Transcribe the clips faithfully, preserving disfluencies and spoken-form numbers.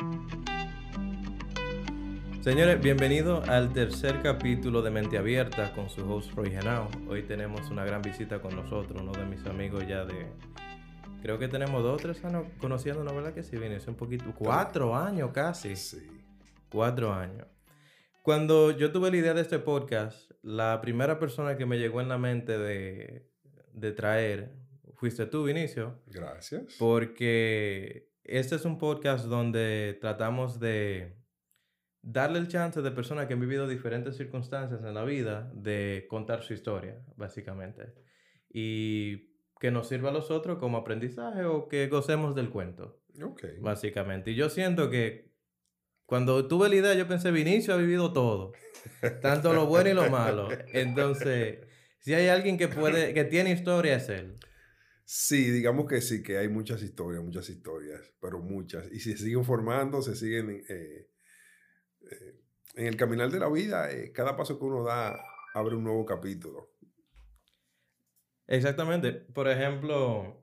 Señores, bienvenidos al tercer capítulo de Mente Abierta con su host Roy Genao. Hoy tenemos una gran visita con nosotros, uno de mis amigos ya de... Creo que tenemos dos o tres años conociéndonos, ¿verdad que sí, Vinicius? Un poquito... Cuatro años casi. Sí. Cuatro años. Cuando yo tuve la idea de este podcast, la primera persona que me llegó en la mente de, de traer fuiste tú, Vinicio. Gracias. Porque este es un podcast donde tratamos de darle el chance de personas que han vivido diferentes circunstancias en la vida de contar su historia, básicamente. Y que nos sirva a los otros como aprendizaje o que gocemos del cuento, Ok. básicamente. Y yo siento que cuando tuve la idea, yo pensé, Vinicio ha vivido todo, tanto lo bueno y lo malo. Entonces, si hay alguien que puede, que tiene historia, es él. Sí, digamos que sí, que hay muchas historias, muchas historias, pero muchas. Y si se siguen formando, se siguen eh, eh, en el caminar de la vida, eh, cada paso que uno da abre un nuevo capítulo. Exactamente. Por ejemplo,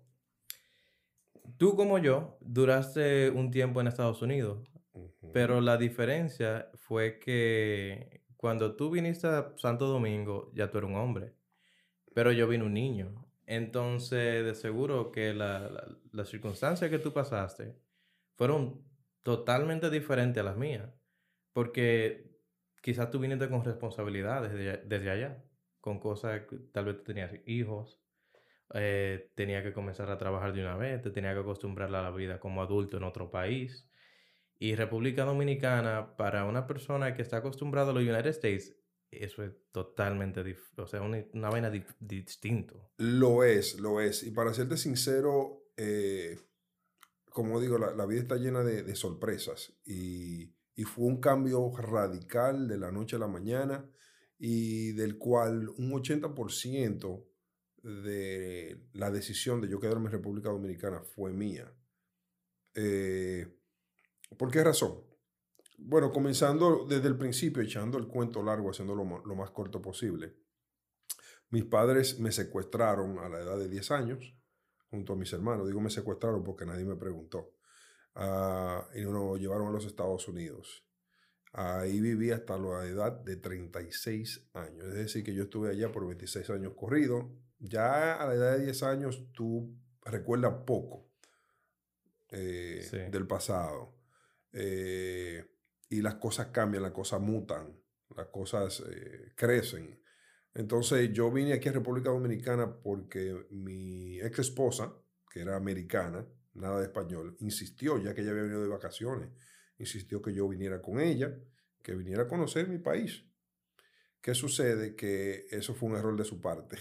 tú como yo duraste un tiempo en Estados Unidos, Ujú. pero la diferencia fue que cuando tú viniste a Santo Domingo, ya tú eras un hombre, pero yo vine un niño. Entonces, de seguro que la, la, las circunstancias que tú pasaste fueron totalmente diferentes a las mías, porque quizás tú viniste con responsabilidades desde, desde allá, con cosas que tal vez tú tenías hijos, eh, tenía que comenzar a trabajar de una vez, te tenía que acostumbrar a la vida como adulto en otro país. Y República Dominicana, para una persona que está acostumbrada a los United States, eso es totalmente, dif- o sea, una, una vaina dif- distinto. Lo es, lo es. Y para serte sincero, eh, como digo, la, la vida está llena de, de sorpresas. Y, y fue un cambio radical de la noche a la mañana y del cual un ochenta por ciento de la decisión de yo quedarme en República Dominicana fue mía. Eh, ¿Por qué razón? Bueno, comenzando desde el principio, echando el cuento largo, haciéndolo lo, lo más corto posible. Mis padres me secuestraron a la edad de diez años, junto a mis hermanos. Digo me secuestraron porque nadie me preguntó. Uh, y nos llevaron a los Estados Unidos. Ahí viví hasta la edad de treinta y seis años. Es decir, que yo estuve allá por veintiséis años corridos. Ya a la edad de diez años tú recuerdas poco eh, Sí. del pasado. Eh, y las cosas cambian, las cosas mutan, las cosas eh, crecen. Entonces yo vine aquí a República Dominicana porque mi ex esposa, que era americana, nada de español, insistió, ya que ella había venido de vacaciones, insistió que yo viniera con ella, que viniera a conocer mi país. ¿Qué sucede? Que eso fue un error de su parte.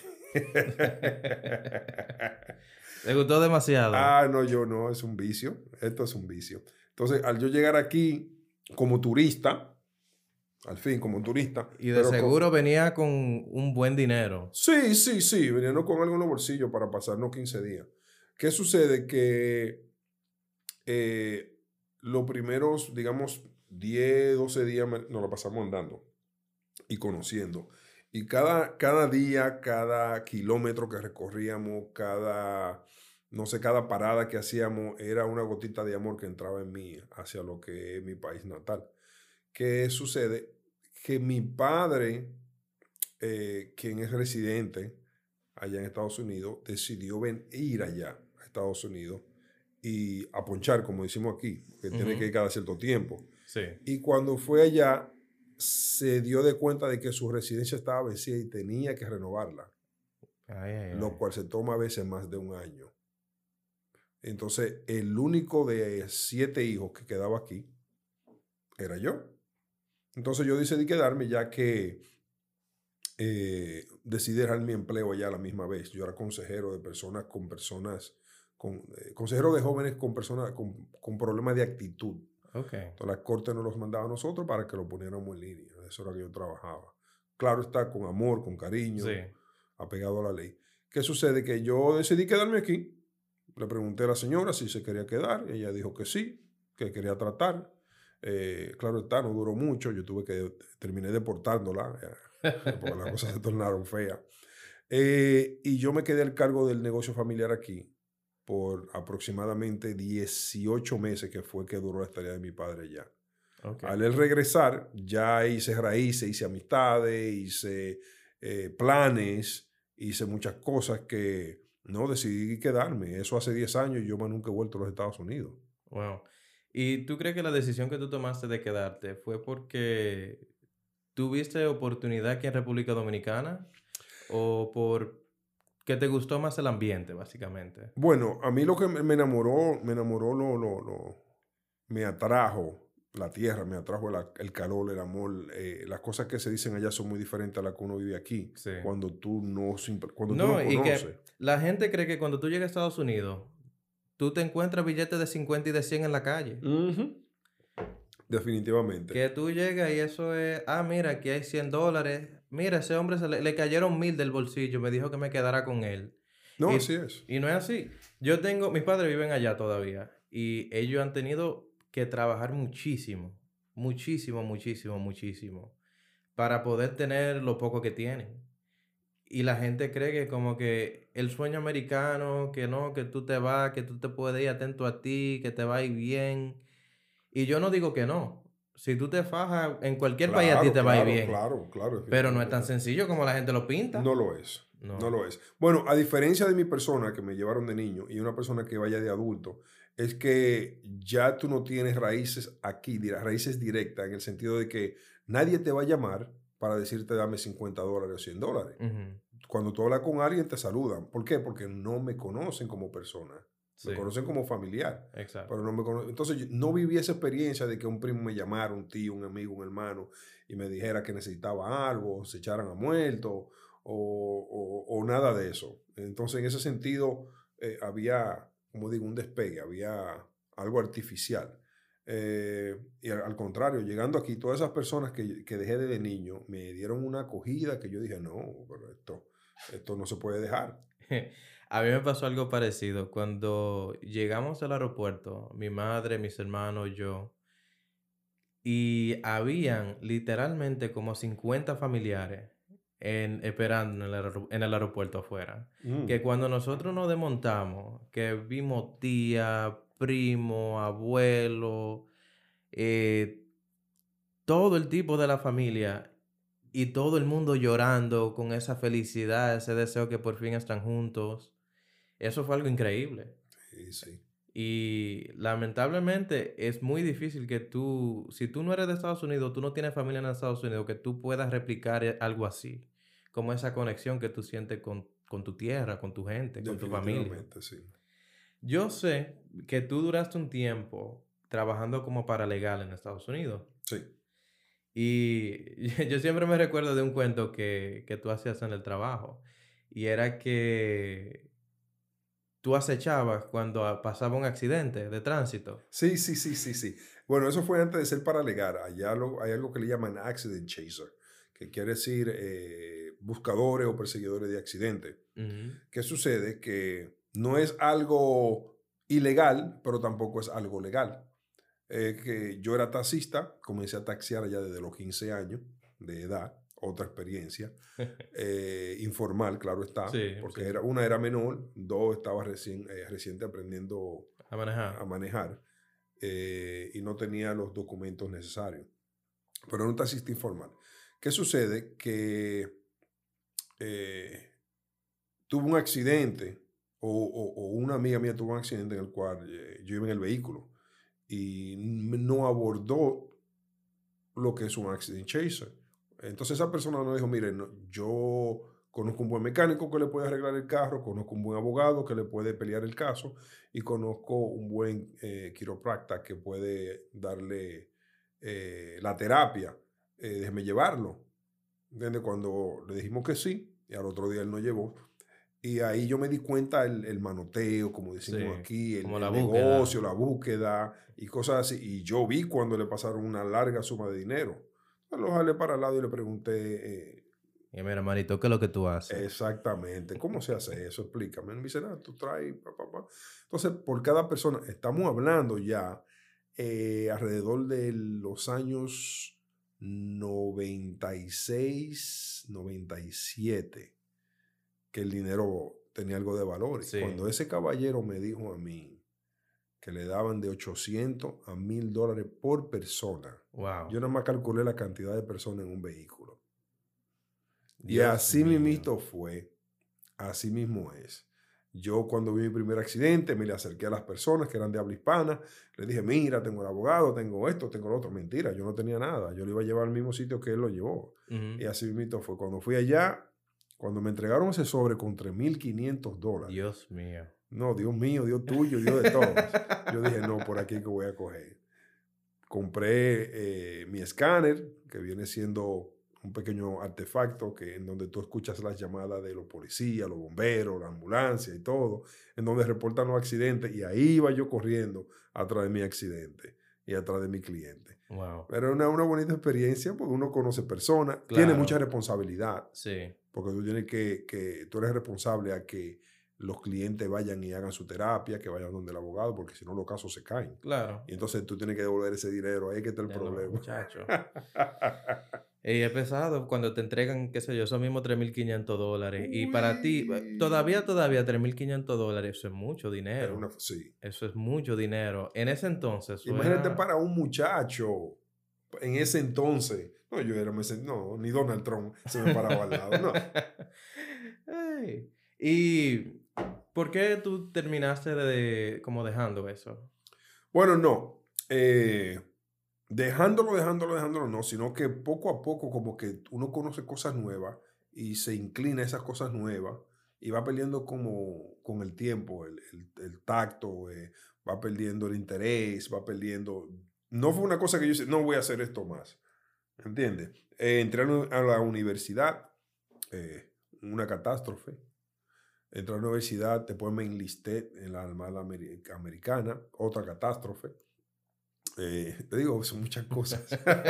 ¿Te gustó demasiado? Ah, no, yo no, es un vicio. Esto es un vicio. Entonces, al yo llegar aquí como turista, al fin como turista, Y de pero con... seguro venía con un buen dinero. Sí, sí, sí, viniendo con algo en los bolsillos para pasarnos quince días. ¿Qué sucede? Que eh, los primeros, digamos, diez, doce días me- nos lo pasamos andando y conociendo. Y cada, cada día, cada kilómetro que recorríamos, cada, no sé, cada parada que hacíamos, era una gotita de amor que entraba en mí hacia lo que es mi país natal. ¿Qué sucede? Que mi padre, eh, quien es residente allá en Estados Unidos, decidió ven, ir allá a Estados Unidos y a ponchar, como decimos aquí, que tiene que ir Ujú. cada cierto tiempo. Sí. Y cuando fue allá, se dio de cuenta de que su residencia estaba vencida y tenía que renovarla, Ay, ay, lo ay. cual se toma a veces más de un año. Entonces, el único de siete hijos que quedaba aquí era yo. Entonces, yo decidí quedarme ya que eh, decidí dejar mi empleo allá a la misma vez. Yo era consejero de personas con personas, con, eh, consejero de jóvenes con personas con, con problemas de actitud. Ok. Entonces la corte nos los mandaba a nosotros para que lo poniéramos en línea. De eso era que yo trabajaba. Claro está, con amor, con Sí. cariño, apegado a la ley. ¿Qué sucede? Que yo decidí quedarme aquí. Le pregunté a la señora si se quería quedar. Ella dijo que sí, que quería tratar. Eh, claro está, no duró mucho. Yo tuve que, terminé deportándola, eh, porque las cosas se tornaron feas. Eh, y yo me quedé al cargo del negocio familiar aquí. por aproximadamente dieciocho meses, que fue que duró la estadía de mi padre allá. Ok. Al él regresar, ya hice raíces, hice amistades, hice eh, planes, hice muchas cosas que no decidí quedarme. Eso hace diez años y yo más nunca he vuelto a los Estados Unidos. Wow. ¿Y tú crees que la decisión que tú tomaste de quedarte fue porque tuviste oportunidad aquí en República Dominicana o por que te gustó más el ambiente, básicamente? Bueno, a mí lo que me me enamoró, me enamoró, lo, lo, lo- me atrajo la tierra, me atrajo la- el calor, el amor. Eh, las cosas que se dicen allá son muy diferentes a las que uno vive aquí. Sí. Cuando tú no, simple- cuando tú no No, y conoces. que la gente cree que cuando tú llegas a Estados Unidos, tú te encuentras billetes de cincuenta y de cien en la calle. Ujú. Definitivamente. Que tú llegas y eso es, ah, mira, aquí hay cien dólares. Mira, ese hombre se le, le cayeron mil del bolsillo, me dijo que me quedara con él. No, así Y, es. y no es así. Yo tengo, mis padres viven allá todavía y ellos han tenido que trabajar muchísimo, muchísimo, muchísimo, muchísimo para poder tener lo poco que tienen. Y la gente cree que como que el sueño americano, que no, que tú te vas, que tú te puedes ir atento a ti, que te va a ir bien. Y yo no digo que no. Si tú te fajas, en cualquier país a ti Claro, te va a ir claro, bien. claro, claro, Pero no es tan definitivamente. sencillo como la gente lo pinta. No lo es. No No. lo es. Bueno, a diferencia de mi persona que me llevaron de niño y una persona que vaya de adulto, es que ya tú no tienes raíces aquí, di- raíces directas, en el sentido de que nadie te va a llamar para decirte dame cincuenta dólares o cien dólares. Ujú. Cuando tú hablas con alguien te saludan. ¿Por qué? Porque no me conocen como persona. Me Sí, conocen como familiar. Pero exacto. no me cono- Entonces yo no viví esa experiencia de que un primo me llamara, un tío, un amigo, un hermano, y me dijera que necesitaba algo, o se echaran a muerto, o, o- o nada de eso. Entonces en ese sentido eh, había, como digo, un despegue, había algo artificial. Eh, y al, al contrario, llegando aquí, todas esas personas que, que dejé de niño me dieron una acogida que yo dije, no, pero esto, esto no se puede dejar. A mí me pasó algo parecido. Cuando llegamos al aeropuerto, mi madre, mis hermanos, yo, y habían literalmente como cincuenta familiares en, esperando en el, aeropu- en el aeropuerto afuera. Que Mm, cuando nosotros nos desmontamos, que vimos tía, primo, abuelo, eh, todo el tipo de la familia y todo el mundo llorando con esa felicidad, ese deseo que por fin están juntos. Eso fue algo increíble. sí, sí, Y lamentablemente es muy difícil que tú, si tú no eres de Estados Unidos, tú no tienes familia en Estados Unidos, que tú puedas replicar e- algo así, como esa conexión que tú sientes con, con tu tierra, con tu gente, con tu familia. definitivamente, sí. Yo sé que tú duraste un tiempo trabajando como paralegal en Estados Unidos. Sí. Y yo siempre me recuerdo de un cuento que, que tú hacías en el trabajo. Y era que tú acechabas cuando a- pasaba un accidente de tránsito. Sí, sí, sí, sí, sí. Bueno, eso fue antes de ser paralegal. Allá lo- hay algo que le llaman accident chaser, que quiere decir eh, buscadores o perseguidores de accidentes. Ujú. ¿Qué sucede? Que no es algo ilegal, pero tampoco es algo legal. Eh, que yo era taxista, comencé a taxiar ya desde los quince años de edad, otra experiencia, eh, informal, claro está, Sí, porque sí. era, una era menor, dos estaba recién, eh, reciente aprendiendo A a manejar. manejar eh, y no tenía los documentos necesarios, pero era un taxista informal. ¿Qué sucede? Que eh, tuvo un accidente o, o- o una amiga mía tuvo un accidente en el cual eh, yo iba en el vehículo y n- no abordó lo que es un accident chaser. Entonces esa persona nos dijo, mire, no, yo conozco un buen mecánico que le puede arreglar el carro, conozco un buen abogado que le puede pelear el caso y conozco un buen eh, quiropracta que puede darle eh, la terapia. Eh, déjeme llevarlo. ¿Entiende? Cuando le dijimos que sí, y al otro día él nos llevó, y ahí yo me di cuenta el, el manoteo, como decimos Sí. aquí, el, Como la el búsqueda. negocio, la búsqueda y cosas así. Y yo vi cuando le pasaron una larga suma de dinero. Entonces lo jalé para el lado y le pregunté eh, Y mira, manito, ¿qué es lo que tú haces? exactamente cómo se hace eso. Explícame. Me dice, nada, tú traes, pa, pa, pa. Entonces, por cada persona, estamos hablando ya eh, alrededor de los años noventa y seis, noventa y siete que el dinero tenía algo de valor. Y cuando Sí. ese caballero me dijo a mí que le daban de ochocientos a mil dólares por persona, Wow. yo nada más calculé la cantidad de personas en un vehículo. Y Dios así mío. mismito fue, así mismo es. Yo cuando vi mi primer accidente me le acerqué a las personas que eran de habla hispana, le dije, mira, tengo el abogado, tengo esto, tengo lo otro. Mentira, yo no tenía nada, yo lo iba a llevar al mismo sitio que él lo llevó. Y Ujú. así mismito fue. Cuando fui allá, cuando me entregaron ese sobre con tres mil quinientos dólares, Dios mío. no, Dios mío, Dios tuyo, Dios de todos, yo dije, no, por aquí que voy a coger. Compré eh, mi escáner, que viene siendo un pequeño artefacto que, en donde tú escuchas las llamadas de los policías, los bomberos, la ambulancia y todo, en donde reportan los accidentes, y ahí iba yo corriendo atrás de mi accidente y atrás de mi cliente. Wow. Pero es una, una bonita experiencia porque uno conoce personas, tiene mucha Claro. responsabilidad, Sí. porque tú tienes que, que, tú eres responsable a que los clientes vayan y hagan su terapia, que vayan donde el abogado, porque si no los casos se caen. Claro. Y entonces tú tienes que devolver ese dinero, ahí que está el Ya no, problema. muchacho. Y es pesado cuando te entregan, qué sé yo, esos mismos tres mil quinientos dólares. Y para ti, eh, todavía, Uy. todavía tres mil quinientos dólares, eso es mucho Es una, dinero. sí. Eso es mucho dinero. En ese entonces, eso Imagínate era... para un muchacho en ese entonces. No, yo era, me sen- no, ni Donald Trump se me paraba al lado, no. Ay. ¿Y por qué tú terminaste de, como dejando eso? Bueno, no. eh, dejándolo, dejándolo, dejándolo, no, sino que poco a poco como que uno conoce cosas nuevas y se inclina a esas cosas nuevas y va perdiendo como con el tiempo el, el- el tacto, eh, va perdiendo el interés, va perdiendo... No fue una cosa que yo hice, no voy a hacer esto más, ¿entiendes? Eh, entré a la a la universidad, eh, una catástrofe. Entré a la universidad, después me enlisté en la Armada Ameri- Americana, otra catástrofe. Eh, te digo, son muchas cosas.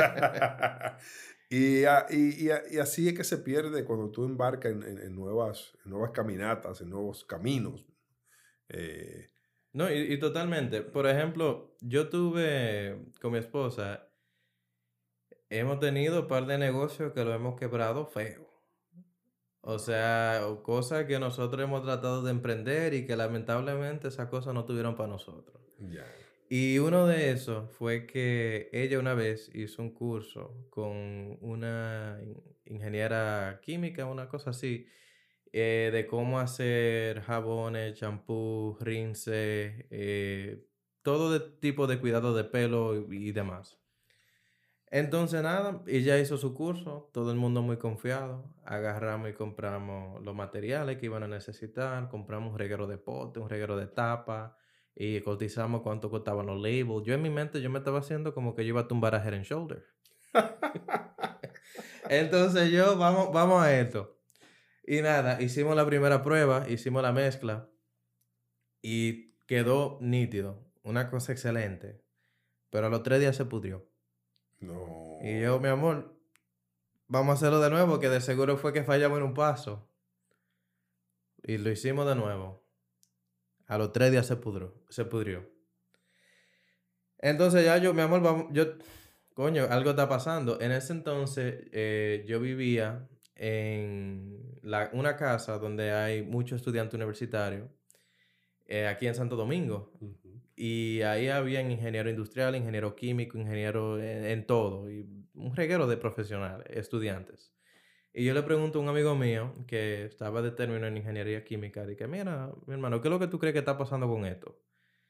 y, a- y- y a- y así es que se pierde cuando tú embarcas en, en- en nuevas, en nuevas caminatas, en nuevos caminos. Eh, No, y, y totalmente. Por ejemplo, yo tuve con mi esposa, hemos tenido un par de negocios que lo hemos quebrado feo. O sea, o cosas que nosotros hemos tratado de emprender y que lamentablemente esas cosas no tuvieron para nosotros. ya. Y uno de esos fue que ella una vez hizo un curso con una in- ingeniera química, una cosa así, eh, de cómo hacer jabones, champú, rinse, eh, todo de tipo de cuidado de pelo y, y demás. Entonces, nada, ella hizo su curso, todo el mundo muy confiado. Agarramos y compramos los materiales que iban a necesitar, compramos un reguero de pote, un reguero de tapa y cotizamos cuánto costaban los labels. Yo en mi mente, yo me estaba haciendo como que yo iba a tumbar a Head and Shoulder. Entonces yo, vamos, vamos a esto. Y nada, hicimos la primera prueba, hicimos la mezcla y quedó nítido, una cosa excelente. Pero a los tres días se pudrió. Y yo, No. mi amor, vamos a hacerlo de nuevo, que de seguro fue que fallamos en un paso. Y lo hicimos de nuevo. A los tres días se pudrió, se pudrió. Entonces ya yo, mi amor, vamos, yo, coño, algo está pasando. En ese entonces eh, yo vivía en la- una casa donde hay muchos estudiantes universitarios, eh, aquí en Santo Domingo. Ujú. Y ahí había ingeniero industrial, ingeniero químico, ingeniero en, en todo. Y un reguero de profesionales, estudiantes. Y yo le pregunto a un amigo mío que estaba de término en ingeniería química, de que, mira, mi hermano, ¿qué es lo que tú crees que está pasando con esto?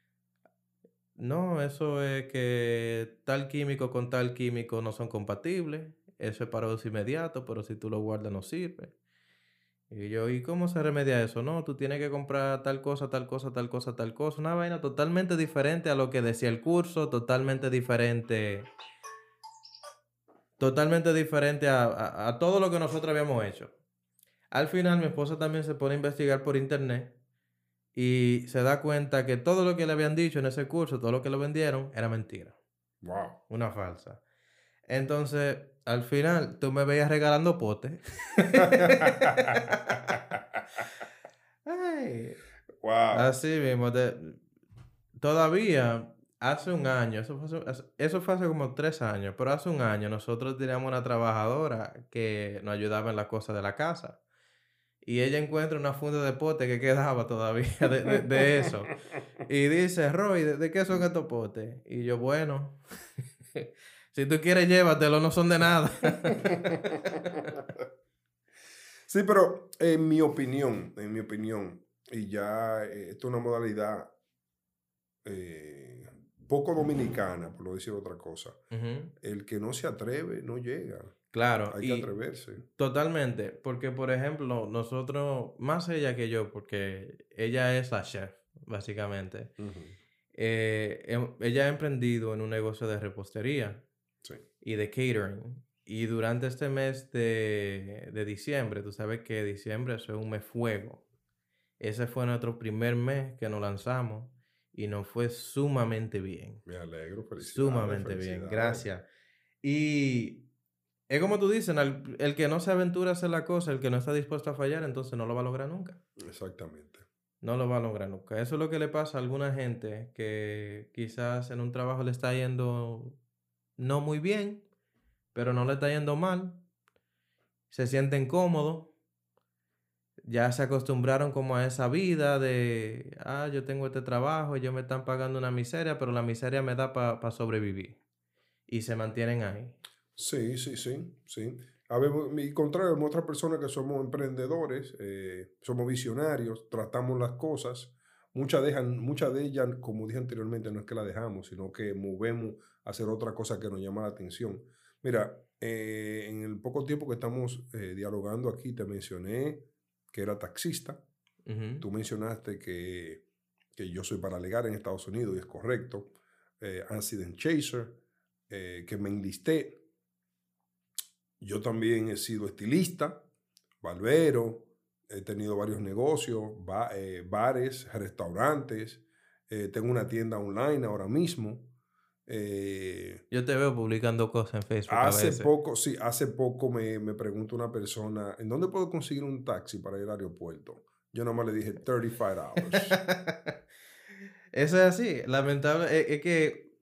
No, eso es que tal químico con tal químico no son compatibles. Eso es para uso inmediato, pero si tú lo guardas no sirve. Y yo, ¿y cómo se remedia eso? No, tú tienes que comprar tal cosa, tal cosa, tal cosa, tal cosa. Una vaina totalmente diferente a lo que decía el curso, totalmente diferente, totalmente diferente a, a a todo lo que nosotros habíamos hecho. Al final, mi esposa también se pone a investigar por internet y se da cuenta que todo lo que le habían dicho en ese curso, todo lo que le vendieron, era mentira, Wow. una falsa. Entonces, al final, tú me veías regalando potes. Ay, wow. así mismo. te- todavía, hace un año, eso fue hace, hace- eso fue hace como tres años, pero hace un año nosotros teníamos una trabajadora que nos ayudaba en las cosas de la casa. y ella encuentra una funda de pote que quedaba todavía de, de- de eso. Y dice, Roy, ¿de, de qué son estos potes? Y yo, bueno, si tú quieres llévatelo, no son de nada. Sí, pero en mi opinión, en mi opinión, y ya eh, esto es una modalidad eh, poco dominicana, por no decir otra cosa. Ujú. El que no se atreve no llega. Claro, Hay que y atreverse. totalmente, porque por ejemplo, nosotros, más ella que yo, porque ella es la chef, básicamente, Ujú. eh, em- ella ha emprendido en un negocio de repostería Sí, y de catering. Y durante este mes de, de diciembre, tú sabes que diciembre es un mes fuego. Ese fue nuestro primer mes que nos lanzamos y nos fue sumamente bien, me alegro. Felicidades, sumamente bien, felicidades. gracias. Y es como tú dices, el, el que no se aventura a hacer la cosa, el que no está dispuesto a fallar, entonces no lo va a lograr nunca. Exactamente. No lo va a lograr nunca. Eso es lo que le pasa a alguna gente que quizás en un trabajo le está yendo no muy bien, pero no le está yendo mal. Se sienten cómodos, ya se acostumbraron como a esa vida de, ah, yo tengo este trabajo, ellos me están pagando una miseria, pero la miseria me da para sobrevivir. Y se mantienen ahí. Sí, sí, sí, sí. A ver, mi contrario, vemos otras personas que somos emprendedores, eh, somos visionarios, tratamos las cosas. Muchas dejan, muchas de ellas, como dije anteriormente, no es que las dejamos, sino que movemos a hacer otra cosa que nos llama la atención. Mira, eh, en el poco tiempo que estamos eh, dialogando aquí, te mencioné que era taxista. Ujú. Tú mencionaste que, que yo soy paralegal en Estados Unidos y es correcto. Eh, accident chaser, eh, que me enlisté. Yo también he sido estilista, barbero, he tenido varios negocios, ba- eh, bares, restaurantes, eh, tengo una tienda online ahora mismo. Eh, Yo te veo publicando cosas en Facebook a hace veces. poco, sí, hace poco me, me preguntó una persona, ¿en dónde puedo conseguir un taxi para ir al aeropuerto? Yo nomás le dije treinta y cinco dólares. Eso es así. Lamentable. Es, es que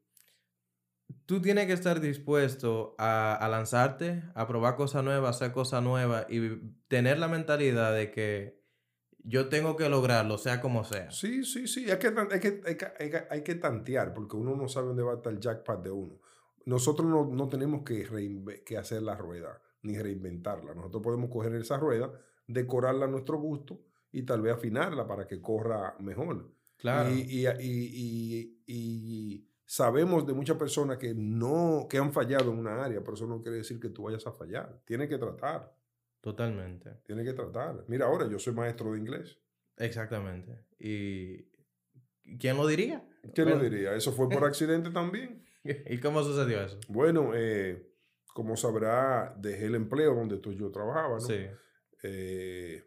tú tienes que estar dispuesto a, a lanzarte, a probar cosas nuevas, hacer cosas nuevas y tener la mentalidad de que yo tengo que lograrlo, sea como sea. Sí, sí, sí, hay que, tan- hay que, hay que, hay que- hay que tantear porque uno no sabe dónde va a estar el jackpot de uno. Nosotros no, no tenemos que, reinve- que hacer la rueda ni reinventarla. Nosotros podemos coger esa rueda, decorarla a nuestro gusto y tal vez afinarla para que corra mejor. Claro, Y, y, y, y- y sabemos de muchas personas que no, que han fallado en una área, pero eso no quiere decir que tú vayas a fallar. Tienes que tratar, totalmente. tienes que tratar. Mira, ahora yo soy maestro de inglés. Exactamente. ¿Y quién lo diría? ¿Quién lo ¿Verdad? diría? Eso fue por accidente también. ¿Y cómo sucedió eso? Bueno, eh, como sabrá, dejé el empleo donde tú, yo trabajaba, ¿no? Sí. Eh,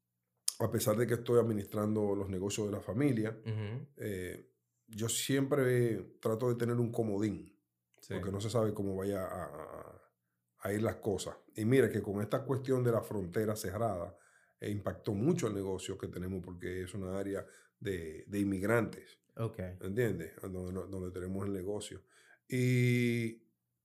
a pesar de que estoy administrando los negocios de la familia, Ujú. eh, yo siempre trato de tener un comodín, Sí. porque no se sabe cómo vaya a, a- a ir las cosas. Y mira que con esta cuestión de la frontera cerrada, eh, impactó mucho el negocio que tenemos porque es una área de, de inmigrantes. Ok. ¿Entiendes? Donde, no- donde tenemos el negocio. Y,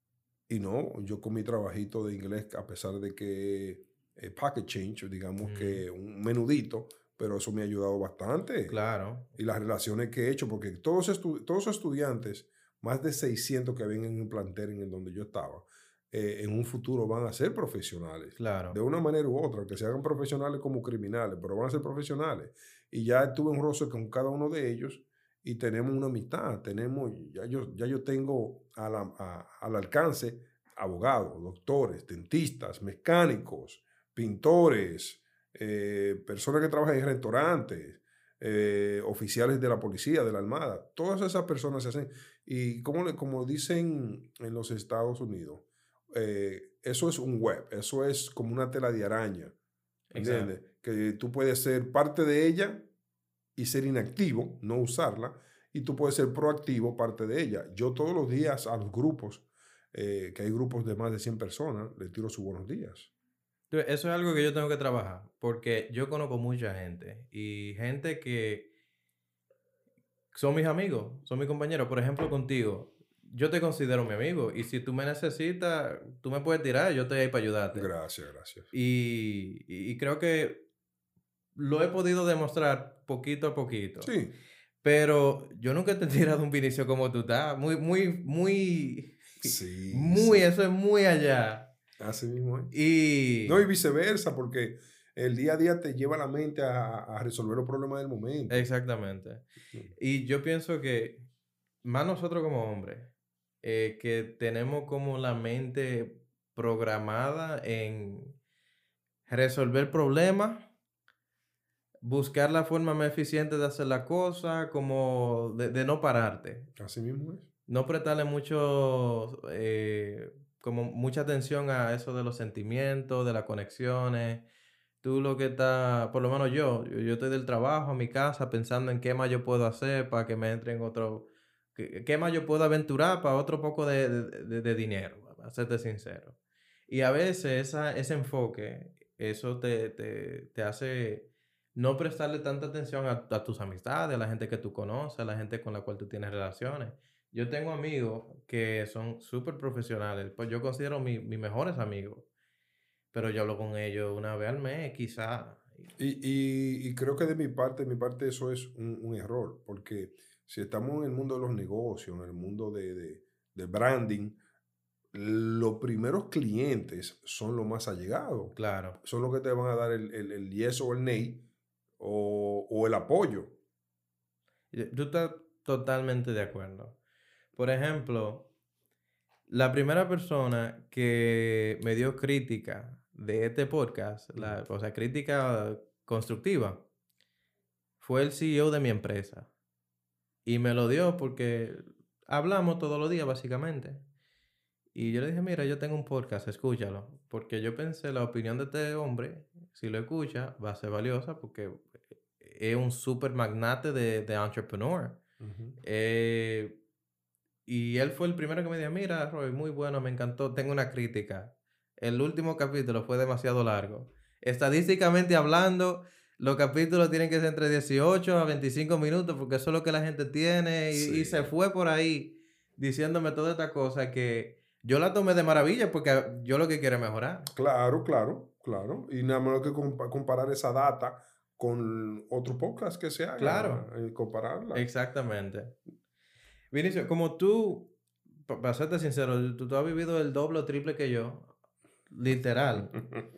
y no, yo con mi trabajito de inglés, a pesar de que eh, packet change, digamos Ujú. que un menudito, pero eso me ha ayudado bastante. Claro. Y las relaciones que he hecho, porque todos, estu- todos los estudiantes, más de seiscientos que habían en el plantel en el donde yo estaba, eh, en un futuro van a ser profesionales. De Claro. una manera u otra, que se hagan profesionales como criminales, pero van a ser profesionales. Y ya tuve un roce con cada uno de ellos y tenemos una amistad, tenemos, ya yo, ya yo tengo a la- a- al alcance abogados, doctores, dentistas, mecánicos, pintores, eh, personas que trabajan en restaurantes, eh, oficiales de la policía, de la armada, todas esas personas se hacen, y como, le- como dicen en los Estados Unidos, eh, eso es un web, eso es como una tela de araña, ¿entiendes? Exacto. Que tú puedes ser parte de ella y ser inactivo, no usarla, y tú puedes ser proactivo, parte de ella. Yo todos los días a los grupos, eh, que hay grupos de más de cien personas, les tiro sus buenos días. Tú, eso es algo que yo tengo que trabajar, porque yo conozco mucha gente y gente que son mis amigos, son mis compañeros. Por ejemplo, contigo, yo te considero mi amigo y si tú me necesitas, tú me puedes tirar, yo estoy ahí para ayudarte. Gracias, gracias. Y, y- y creo que lo he podido demostrar poquito a poquito. Sí, Pero yo nunca te he tirado un vinicio como tú estás. Muy, muy, muy, sí, muy, sí. eso es muy allá. Así mismo es. No, y Y viceversa, porque el día a día te lleva a la mente a, a resolver los problemas del momento. exactamente. Mm. Y yo pienso que más nosotros como hombres, eh, que tenemos como la mente programada en resolver problemas, buscar la forma más eficiente de hacer la cosa, como de, de no pararte. Así mismo es. No prestarle mucho, eh, como mucha atención a eso de los sentimientos, de las conexiones. Tú lo que estás, por lo menos yo, yo, yo estoy del trabajo a mi casa pensando en qué más yo puedo hacer para que me entren otro, qué, qué más yo puedo aventurar para otro poco de, de, de- de dinero, para serte sincero. Y a veces esa, ese enfoque, eso te, te, te hace no prestarle tanta atención a, a tus amistades, a la gente que tú conoces, a la gente con la cual tú tienes relaciones. Yo tengo amigos que son súper profesionales, pues yo considero mi- mis mejores amigos, pero yo hablo con ellos una vez al mes, quizá. Y, y- y creo que de mi parte, de mi parte eso es un, un error, porque si estamos en el mundo de los negocios, en el mundo de, de- de branding, los primeros clientes son los más allegados, Claro, son los que te van a dar el, el, el yes o el nay o, o el apoyo. y tú estás totalmente de acuerdo. Por ejemplo, la primera persona que me dio crítica de este podcast, Ujú. la, o sea, crítica constructiva, fue el C E O de mi empresa. Y me lo dio porque hablamos todos los días, básicamente. Y yo le dije, mira, yo tengo un podcast, escúchalo. Porque yo pensé, la opinión de este hombre, si lo escucha, va a ser valiosa porque es un super magnate de, de entrepreneur. Ujú. Eh, y él fue el primero que me dijo, mira, Roy, muy bueno, me encantó, tengo una crítica. El último capítulo fue demasiado largo. Estadísticamente hablando, los capítulos tienen que ser entre dieciocho a veinticinco minutos porque eso es lo que la gente tiene. Y, y se Sí, fue por ahí diciéndome toda esta cosa que yo la tomé de maravilla porque yo lo que quiero es mejorar. claro, claro, claro. Y nada más que compa- comparar esa data con otro podcast que se haga, Claro, y compararla. exactamente. Vinicio, como tú, pa- para serte sincero, tú, tú has vivido el doble o triple que yo, literal.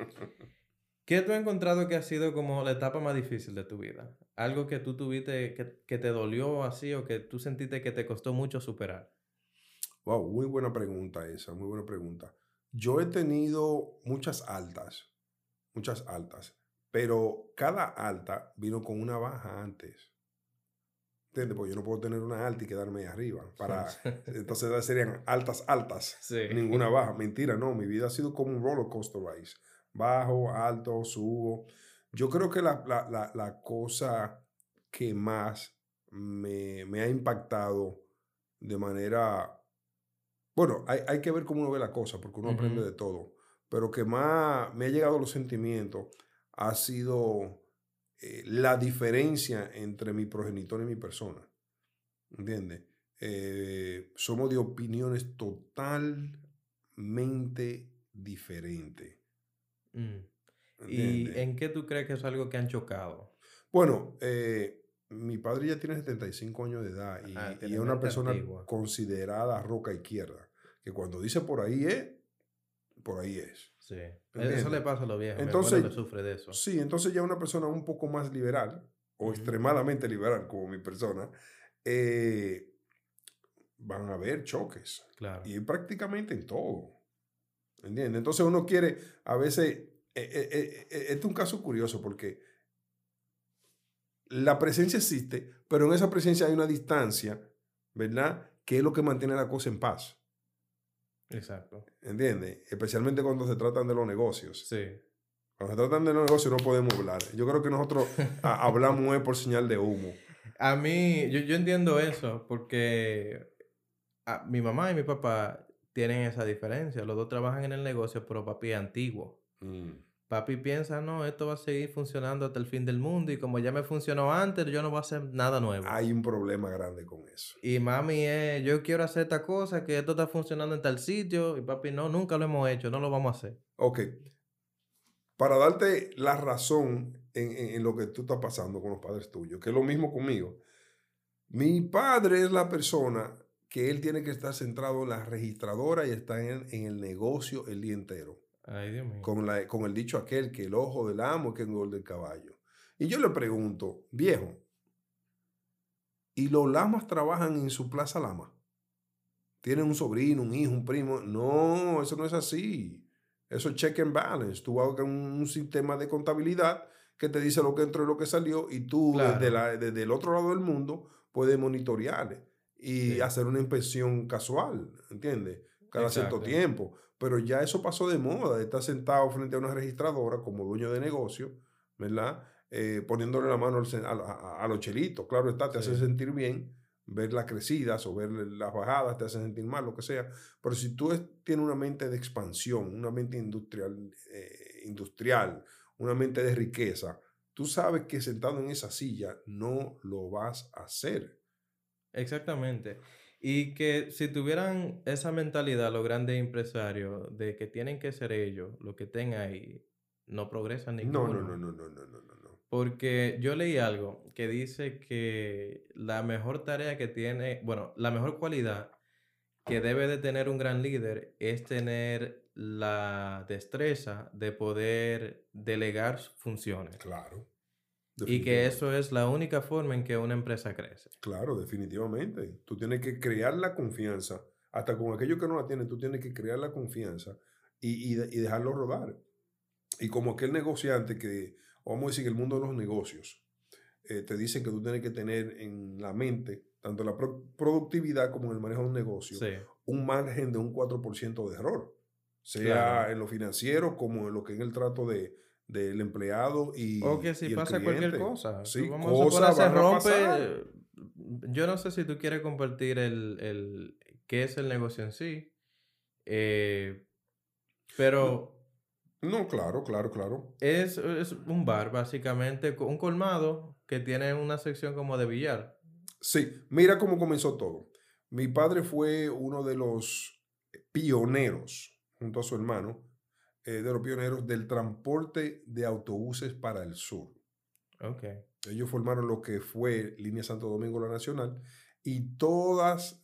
¿Qué tú has encontrado que ha sido como la etapa más difícil de tu vida? Algo que tú tuviste que, que te dolió así o que tú sentiste que te costó mucho superar. Wow, muy buena pregunta esa, muy buena pregunta. Yo he tenido muchas altas, muchas altas, pero cada alta vino con una baja antes. ¿Entiendes? Porque yo no puedo tener una alta y quedarme ahí arriba. Para, entonces esas serían altas, altas, Sí, ninguna baja. Mentira, no, mi vida ha sido como un roller coaster rise. Bajo, alto, subo. Yo creo que la, la, la, la cosa que más me, me ha impactado de manera bueno, hay, hay que ver cómo uno ve la cosa, porque uno aprende ujú, de todo. Pero que más me ha llegado a los sentimientos ha sido eh, la diferencia entre mi progenitor y mi persona. ¿Entiendes? Eh, somos de opiniones totalmente diferentes. mm. ¿Y ¿Entiendes? en qué tú crees que es algo que han chocado? Bueno, eh, mi padre ya tiene setenta y cinco años de edad Ah, y, y tiene es una mente persona antigua. considerada roca izquierda, que cuando dice por ahí es, por ahí es. Sí. E- Eso le ¿Entiendes? pasa a los viejos. Mi abuelo Entonces, le sufre de eso. sí, entonces ya una persona un poco más liberal o Ujú, extremadamente liberal como mi persona, eh, van a haber choques claro. y prácticamente en todo. ¿Entiendes? Entonces uno quiere, a veces, eh, eh, eh, eh, este es un caso curioso porque la presencia existe, pero en esa presencia hay una distancia, ¿verdad? Que es lo que mantiene la cosa en paz. Exacto. ¿Entiendes? Especialmente cuando se tratan de los negocios. Sí. Cuando se tratan de los negocios no podemos hablar. Yo creo que nosotros ah, hablamos es por señal de humo. A mí, yo, yo entiendo eso porque ah, mi mamá y mi papá tienen esa diferencia. Los dos trabajan en el negocio, pero papi es antiguo. Mm. Papi piensa, no, esto va a seguir funcionando hasta el fin del mundo y como ya me funcionó antes, yo no voy a hacer nada nuevo. Hay un problema grande con eso. Y mami es, yo quiero hacer esta cosa, que esto está funcionando en tal sitio. Y papi, no, nunca lo hemos hecho, no lo vamos a hacer. Ok, para darte la razón en, en- en lo que tú estás pasando con los padres tuyos, que es lo mismo conmigo. Mi padre es la persona que él tiene que estar centrado en la registradora y está en, en el negocio el día entero. Ay, Dios mío. Con, la, con el dicho aquel que el ojo del amo es que engorda el caballo. Y yo le pregunto, viejo, ¿y los lamas trabajan en su plaza lama? ¿Tienen un sobrino, un hijo, un primo? No, eso no es así. Eso es check and balance. Tú vas con un sistema de contabilidad que te dice lo que entró y lo que salió, y tú desde, Claro, la, desde el otro lado del mundo puedes monitorear y sí, hacer una inspección casual, ¿entiendes? Cada cierto exacto. tiempo. Pero ya eso pasó de moda, de estar sentado frente a una registradora como dueño de negocio, ¿verdad? Eh, poniéndole la mano al sen- a, a- a los chelitos. Claro está, te Sí, hace sentir bien ver las crecidas o ver las bajadas, te hace sentir mal, lo que sea. Pero si tú es- tienes una mente de expansión, una mente industrial, eh, industrial, una mente de riqueza, tú sabes que sentado en esa silla no lo vas a hacer. exactamente. Y que si tuvieran esa mentalidad los grandes empresarios de que tienen que ser ellos lo que tengan ahí, no progresa No, no, no, ninguno. no, no, no, no, no, no. Porque yo leí algo que dice que la mejor tarea que tiene, bueno, la mejor cualidad que debe de tener un gran líder es tener la destreza de poder delegar funciones. Claro, Y que definitivamente. eso es la única forma en que una empresa crece. Claro, definitivamente. Tú tienes que crear la confianza. Hasta con aquellos que no la tienen, tú tienes que crear la confianza y, y de- y dejarlo rodar. Y como aquel negociante que, vamos a decir, en el mundo de los negocios, eh, te dicen que tú tienes que tener en la mente, tanto la pro- productividad como en el manejo de un negocio, Sí, un margen de un cuatro por ciento de error, claro. sea en lo financiero como en lo que es el trato de, del empleado O que y, si y el pasa cualquier cliente. cosa. Tú, Sí, vamos a suponer, cosas se van a pasar. rompe. Yo no sé si tú quieres compartir el, el qué es el negocio en sí, eh, pero No, claro, claro, claro. es, es un bar, básicamente, co- un colmado que tiene una sección como de billar. Sí, mira cómo comenzó todo. Mi padre fue uno de los pioneros, junto a su hermano, eh, de los pioneros del transporte de autobuses para el sur. Ok, Ellos formaron lo que fue Línea Santo Domingo La Nacional y todos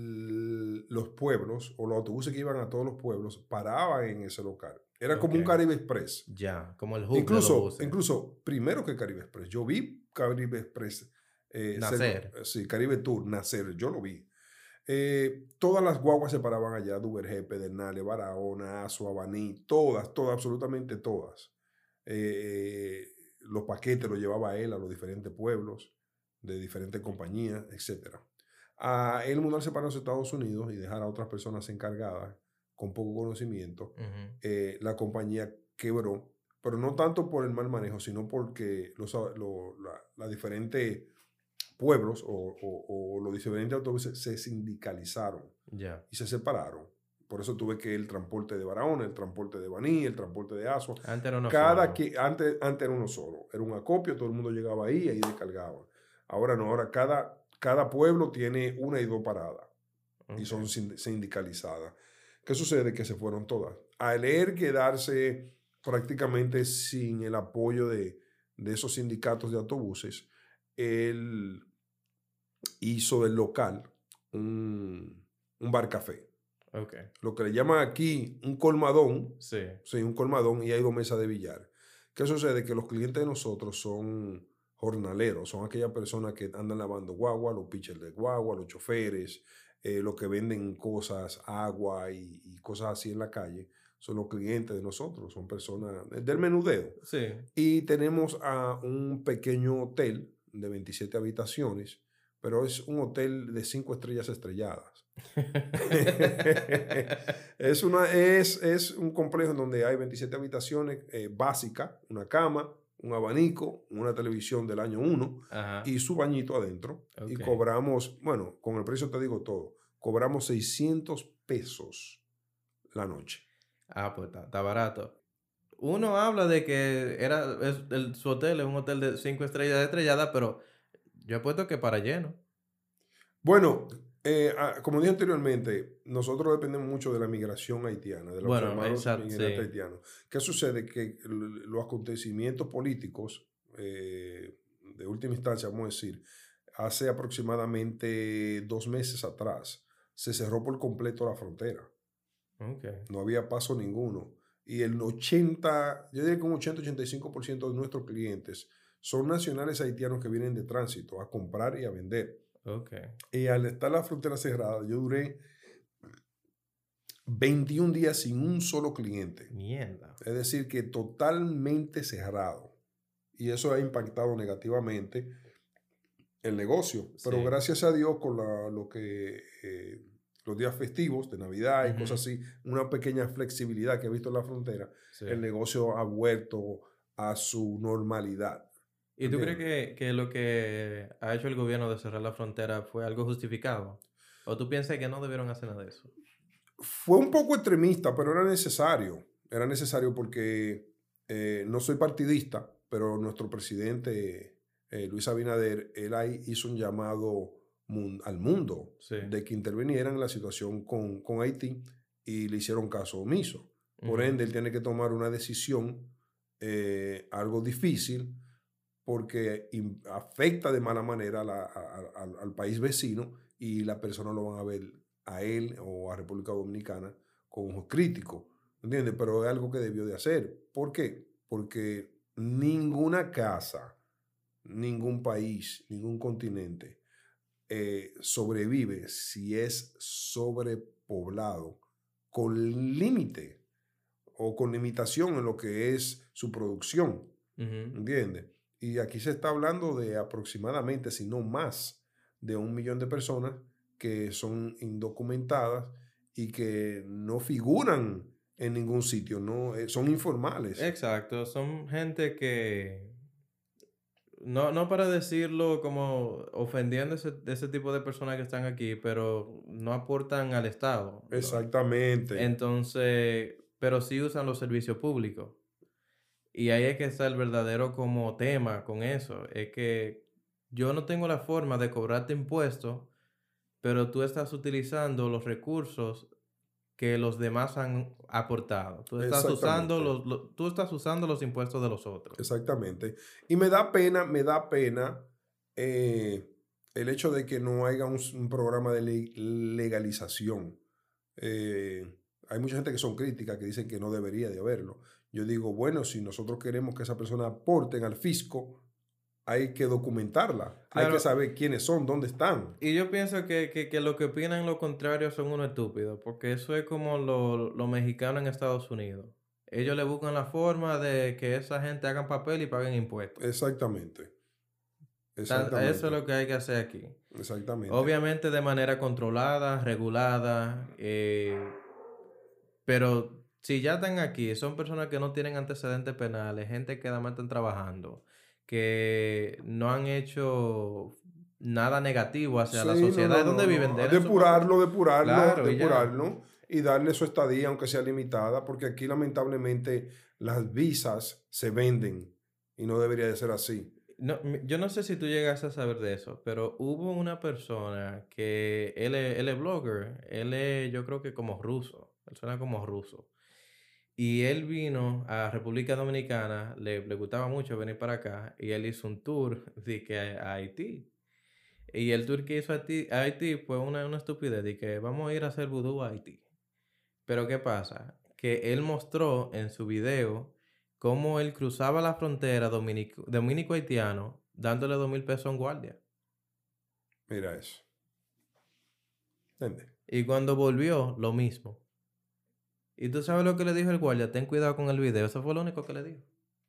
los pueblos o los autobuses que iban a todos los pueblos paraban en ese local. Era ok. como un Caribe Express. Ya, como el hub de los Incluso, buses. incluso primero que Caribe Express. Yo vi Caribe Express, eh, ser- Nacer. sí, Caribe Tour nacer, yo lo vi. Eh, todas las guaguas se paraban allá, Duvergé, Pedernales, Barahona, Azua, Baní, todas, todas, absolutamente todas. Eh, los paquetes los llevaba él a los diferentes pueblos, de diferentes compañías, etcétera. A él mudarse para los Estados Unidos y dejar a otras personas encargadas con poco conocimiento, Ujú. eh, la compañía quebró, pero no tanto por el mal manejo, sino porque los, lo- la, la diferentes pueblos o, o, o los diferentes autobuses se sindicalizaron Ya. y se separaron. Por eso tuve que el transporte de Barahona, el transporte de Baní, el transporte de Asua. Antes era uno Cada solo. que antes, antes era uno solo, era un acopio, todo el mundo llegaba ahí y ahí descargaba. Ahora no, ahora cada, cada pueblo tiene una y dos paradas y Ok. son sindicalizadas. ¿Qué sucede? Que se fueron todas. Al leer quedarse prácticamente sin el apoyo de, de esos sindicatos de autobuses, él hizo del local un, un bar café. Ok. Lo que le llaman aquí un colmadón, Sí. sí, un colmadón y hay dos mesas de billar. ¿Qué sucede? Que los clientes de nosotros son jornaleros, son aquellas personas que andan lavando guagua, los pitchers de guagua, los choferes, eh, los que venden cosas, agua y, y cosas así en la calle, son los clientes de nosotros, son personas del menudeo. Sí. Y tenemos a un pequeño hotel de veintisiete habitaciones, pero es un hotel de cinco estrellas estrelladas. es, una, es, es un complejo en donde hay veintisiete habitaciones eh, básicas, una cama, un abanico, una televisión del año uno Ajá. y su bañito adentro. Y Ok. cobramos, bueno, con el precio te digo todo, cobramos seiscientos pesos la noche. Ah, pues está, está barato. Uno habla de que era es el, su hotel es un hotel de cinco estrellas estrellada, pero yo apuesto que para lleno. Bueno, Eh, ah, como dije anteriormente, nosotros dependemos mucho de la migración haitiana, de los Bueno, hermanos exacto, migrantes sí. haitianos. ¿Qué sucede? Que l- los acontecimientos políticos, eh, de última instancia, vamos a decir, hace aproximadamente dos meses atrás, se cerró por completo la frontera. Ok, No había paso ninguno. Y el ochenta, yo diría que un ochenta ochenta y cinco por ciento de nuestros clientes son nacionales haitianos que vienen de tránsito a comprar y a vender. ok. Y al estar la frontera cerrada, yo duré veintiún días sin un solo cliente. Mierda. Es decir, que totalmente cerrado. Y eso ha impactado negativamente el negocio. Pero Sí. gracias a Dios, con la- lo que eh, los días festivos de Navidad y cosas Ujú, así, una pequeña flexibilidad que he visto en la frontera, sí. el negocio ha vuelto a su normalidad. ¿Y tú crees ¿Entiendes? que, que lo que ha hecho el gobierno de cerrar la frontera fue algo justificado? ¿O tú piensas que no debieron hacer nada de eso? Fue un poco extremista, pero era necesario. Era necesario porque eh, no soy partidista, pero nuestro presidente eh, Luis Abinader, él ahí hizo un llamado mun- al mundo Sí. de que intervinieran en la situación con, con Haití y le hicieron caso omiso. Por Ujú, ende, él tiene que tomar una decisión, eh, algo difícil, porque im- afecta de mala manera a la- a- a- al al país vecino y las personas lo van a ver a él o a República Dominicana con ojos críticos, ¿entiendes? Pero es algo que debió de hacer. ¿Por qué? Porque ninguna casa, ningún país, ningún continente eh, sobrevive si es sobrepoblado con límite o con limitación en lo que es su producción. ujú. ¿Entiendes? Y aquí se está hablando de aproximadamente, si no más, de un millón de personas que son indocumentadas y que no figuran en ningún sitio, no, eh, son informales. Exacto, son gente que, no, no para decirlo como ofendiendo ese, ese tipo de personas que están aquí, pero no aportan al Estado, ¿no? Exactamente, Entonces, pero sí usan los servicios públicos. Y ahí es que está el verdadero como tema con eso. Es que yo no tengo la forma de cobrarte impuestos, pero tú estás utilizando los recursos que los demás han aportado. Tú estás usando exactamente, los, lo- tú estás usando los impuestos de los otros. exactamente. Y me da pena, me da pena eh, el hecho de que no haya un, un programa de le- legalización. Eh, hay mucha gente que son críticas, que dicen que no debería de haberlo. Yo digo, bueno, si nosotros queremos que esa persona aporten al fisco, hay que documentarla, hay que Claro, saber quiénes son, dónde están. y yo pienso que, que, que lo que opinan lo contrario son unos estúpidos, porque eso es como lo, lo mexicano en Estados Unidos. Ellos le buscan la forma de que esa gente hagan papel y paguen impuestos. Exactamente, Tan- Eso es exactamente, lo que hay que hacer aquí. exactamente, Obviamente de manera controlada, regulada, eh, pero si ya están aquí, son personas que no tienen antecedentes penales, gente que además están trabajando, que no han hecho nada negativo hacia la Sí, no, sociedad no, de donde no, viven, no. denle su papel. Depurarlo, depurarlo, Claro, y ya. depurarlo y darle su estadía, aunque sea limitada, porque aquí lamentablemente las visas se venden y no debería de ser así. No, mi- yo no sé si tú llegas a saber de eso, pero hubo una persona que él es, él es blogger, él es yo creo que como ruso, él suena como ruso. Y él vino a República Dominicana, le, le gustaba mucho venir para acá, y él hizo un tour de que a, a Haití. Y el tour que hizo a Haití, a Haití fue una, una estupidez, de que vamos a ir a hacer vudú a Haití. Pero ¿qué pasa? Que él mostró en su video cómo él cruzaba la frontera dominico, dominico-haitiano dándole dos mil pesos a un guardia. Mira eso. ¿Entiendes? Y cuando volvió, lo mismo. Y tú sabes lo que le dijo el guardia, ten cuidado con el video, eso fue lo único que le dijo.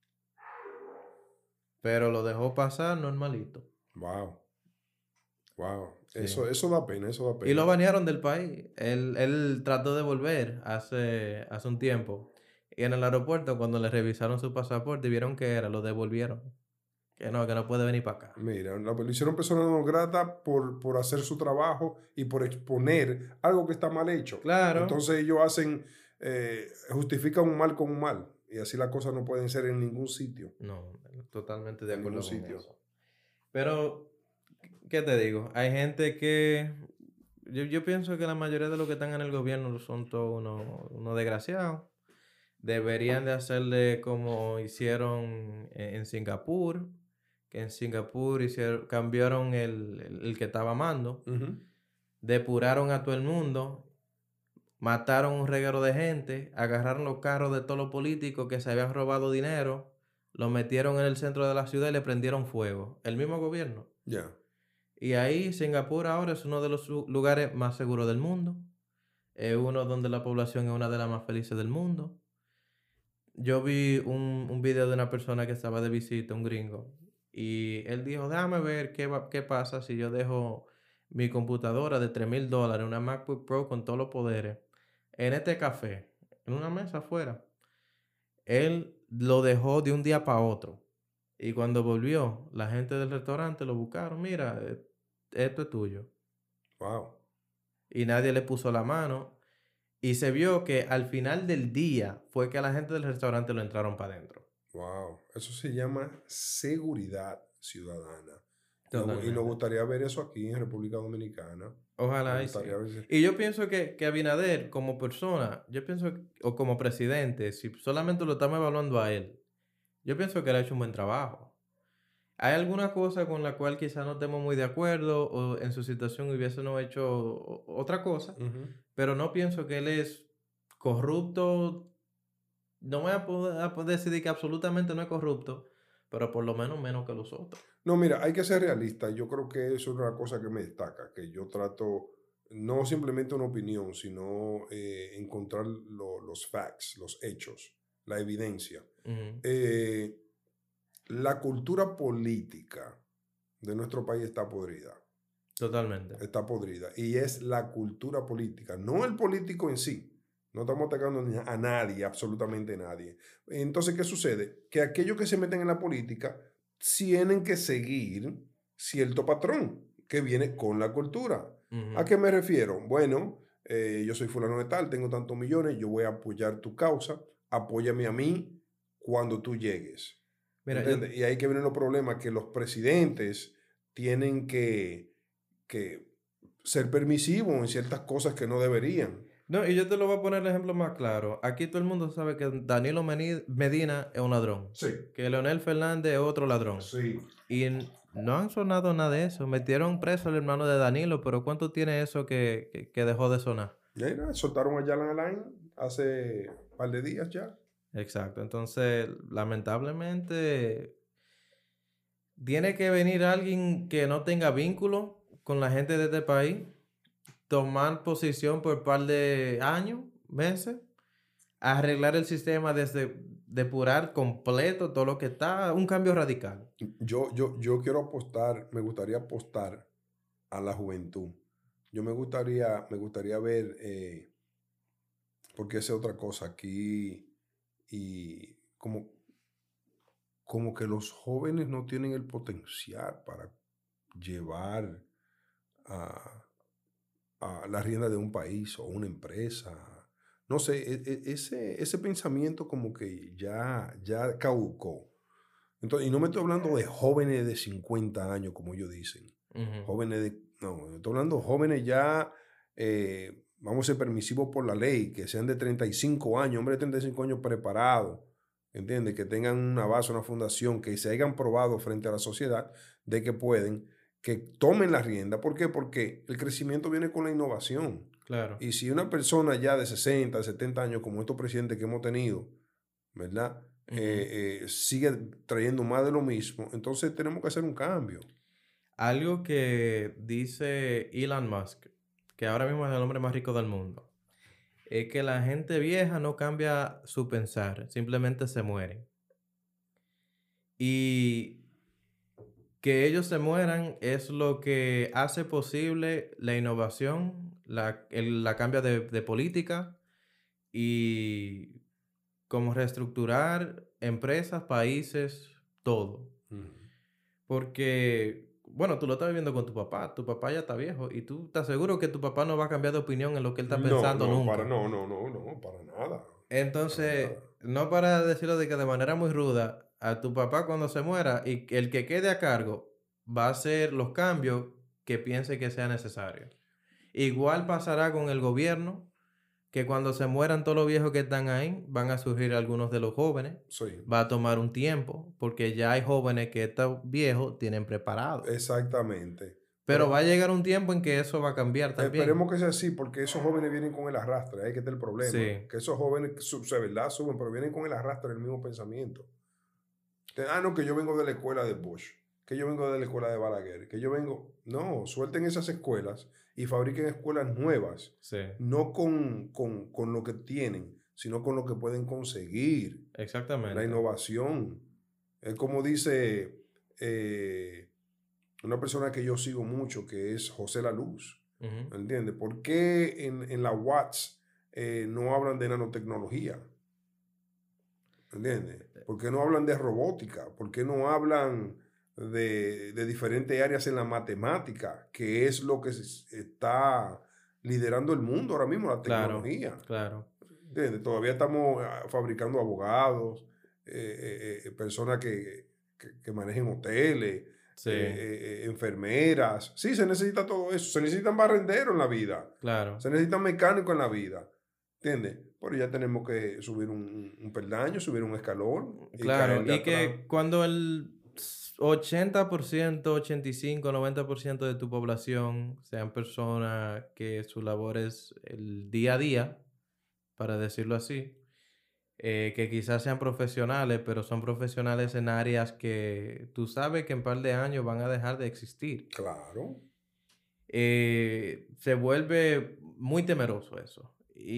Pero lo dejó pasar normalito. Wow, wow. Sí. Eso, eso da pena, eso da Y lo pena. banearon del país. Él, él trató de volver hace, hace un tiempo. Y en el aeropuerto, cuando le revisaron su pasaporte y vieron que era, lo devolvieron. Que no, que no puede venir para acá. Mira, la, lo hicieron persona no grata por, por hacer su trabajo y por exponer algo que está mal hecho. Claro. Entonces ellos hacen, eh, justifican un mal con un mal. Y así las cosas no pueden ser en ningún sitio. No, totalmente de En ningún acuerdo con sitio. eso. Pero, ¿qué te digo? Hay gente que Yo, yo pienso que la mayoría de los que están en el gobierno son todos unos unos desgraciados. Deberían de hacerle como hicieron e- en Singapur, que en Singapur hicieron, cambiaron el, el, el que estaba a mando, Ujú. depuraron a todo el mundo, mataron un reguero de gente, agarraron los carros de todos los políticos que se habían robado dinero, los metieron en el centro de la ciudad y le prendieron fuego. El mismo gobierno. Ya. Y ahí Singapur ahora es uno de los lu- lugares más seguros del mundo. Es uno donde la población es una de las más felices del mundo. Yo vi un, un video de una persona que estaba de visita, un gringo, y él dijo, déjame ver qué, va- qué pasa si yo dejo mi computadora de tres mil dólares, una MacBook Pro con todos los poderes, en este café, en una mesa afuera. Él lo dejó de un día para otro. Y cuando volvió, la gente del restaurante lo buscaron, mira, eh, esto es tuyo. Wow. Y nadie le puso la mano. Y se vio que al final del día fue que a la gente del restaurante lo entraron para adentro. Wow. Eso se llama seguridad ciudadana. Y nos, y nos Totalmente. gustaría ver eso aquí en República Dominicana. Nos Ojalá y gustaría sí. ver. si- Y yo pienso que, que Abinader, como persona, yo pienso, que- o como presidente, si solamente lo estamos evaluando a él, yo pienso que él ha hecho un buen trabajo. Hay alguna cosa con la cual quizás no estemos muy de acuerdo o en su situación hubiésemos hecho o- otra cosa, Ujú. pero no pienso que él es corrupto. No voy a poder, a poder decidir que absolutamente no es corrupto, pero por lo menos menos que los otros. No, mira, hay que ser realista. Yo creo que eso es una cosa que me destaca, que yo trato no simplemente una opinión, sino eh, encontrar lo- los facts, los hechos, la evidencia. Ujú, Eh, la cultura política de nuestro país está podrida, totalmente. está podrida. Y es la cultura política, no el político en sí. No estamos atacando ni a nadie, absolutamente nadie. Entonces, ¿qué sucede? Que aquellos que se meten en la política tienen que seguir cierto patrón que viene con la cultura. ¿A Ujú. qué me refiero? Bueno, eh, yo soy fulano de tal, tengo tantos millones, yo voy a apoyar tu causa, apóyame a mí cuando tú llegues. Mira, yo, ¿Entiendes? Y ahí que vienen los problemas, que los presidentes tienen que, que ser permisivos en ciertas cosas que no deberían. no, y yo te lo voy a poner el ejemplo más claro. Aquí todo el mundo sabe que Danilo Meni- Medina es un ladrón, Sí, que Leonel Fernández es otro ladrón. sí. Y n- no han sonado nada de eso. Metieron preso al hermano de Danilo, pero ¿cuánto tiene eso que, que, que dejó de sonar? Ya era, soltaron a Jalan Alain hace un par de días ya. Exacto. Entonces, lamentablemente, tiene que venir alguien que no tenga vínculo con la gente de este país, tomar posición por un par de años, meses, arreglar el sistema desde depurar completo todo lo que está, un cambio radical. Yo, yo, yo quiero apostar, me gustaría apostar a la juventud. Yo me gustaría, me gustaría ver, eh, porque esa es otra cosa aquí, y como, como que los jóvenes no tienen el potencial para llevar a, a la rienda de un país o una empresa. No sé, e- e- ese, ese pensamiento como que ya, ya caducó. Entonces, y no me estoy hablando de jóvenes de cincuenta años, como ellos dicen. Ujú, Jóvenes de... No, estoy hablando de jóvenes ya, eh, vamos a ser permisivos por la ley, que sean de treinta y cinco años, hombres de treinta y cinco años preparados, ¿entiendes? Que tengan una base, una fundación, que se hayan probado frente a la sociedad de que pueden, que tomen la rienda. ¿Por qué? Porque el crecimiento viene con la innovación. claro. Y si una persona ya de sesenta, setenta años, como estos presidentes que hemos tenido, ¿verdad? Ujú. Eh, eh, sigue trayendo más de lo mismo, entonces tenemos que hacer un cambio. Algo que dice Elon Musk, que ahora mismo es el hombre más rico del mundo, es que la gente vieja no cambia su pensar, simplemente se mueren. Y que ellos se mueran es lo que hace posible la innovación, la, el- la cambia de, de política y como reestructurar empresas, países, todo. Ujú. Porque, bueno, tú lo estás viviendo con tu papá, tu papá ya está viejo y tú estás seguro que tu papá no va a cambiar de opinión en lo que él está No, pensando no, para, nunca. no, no, no, no, para nada, para Entonces, nada. no para decirlo de que de manera muy ruda, a tu papá cuando se muera y que el que quede a cargo va a hacer los cambios que piense que sea necesario. Igual pasará con el gobierno, que cuando se mueran todos los viejos que están ahí, van a surgir algunos de los jóvenes. Sí, Va a tomar un tiempo, porque ya hay jóvenes que estos viejos tienen preparados. exactamente. Pero Pero va a llegar un tiempo en que eso va a cambiar también. esperemos que sea así, porque esos jóvenes vienen con el arrastre, ahí que está el problema. Sí, Que esos jóvenes, su- de verdad, suben, pero vienen con el arrastre del mismo pensamiento. Que, ah, no, que yo vengo de la escuela de Bosch, que yo vengo de la escuela de Balaguer, que yo vengo... No, suelten esas escuelas y fabriquen escuelas nuevas, sí, no con, con, con lo que tienen, sino con lo que pueden conseguir. La exactamente. innovación. Es como dice eh, una persona que yo sigo mucho, que es José La Luz. Ujú. ¿Entiendes? ¿Por qué en, en la Watts eh, no hablan de nanotecnología? ¿Entiendes? ¿Por qué no hablan de robótica? ¿Por qué no hablan de, de diferentes áreas en la matemática, que es lo que se está liderando el mundo ahora mismo, la Claro, tecnología? claro. ¿Entiendes? Todavía estamos ah, fabricando abogados, eh, eh, eh, personas que, que, que manejen hoteles, eh, Sí, eh, eh, enfermeras. Sí, se necesita todo eso. Se necesitan barrenderos en la vida. claro. Se necesitan mecánicos en la vida. ¿Entiendes? Pero ya tenemos que subir un, un peldaño, subir un escalón y Claro, caer de y atrás. que cuando el ochenta por ciento, ochenta y cinco, noventa por ciento de tu población sean personas que su labor es el día a día, para decirlo así, eh, que quizás sean profesionales, pero son profesionales en áreas que tú sabes que en un par de años van a dejar de existir. Claro. Eh, se vuelve muy temeroso eso.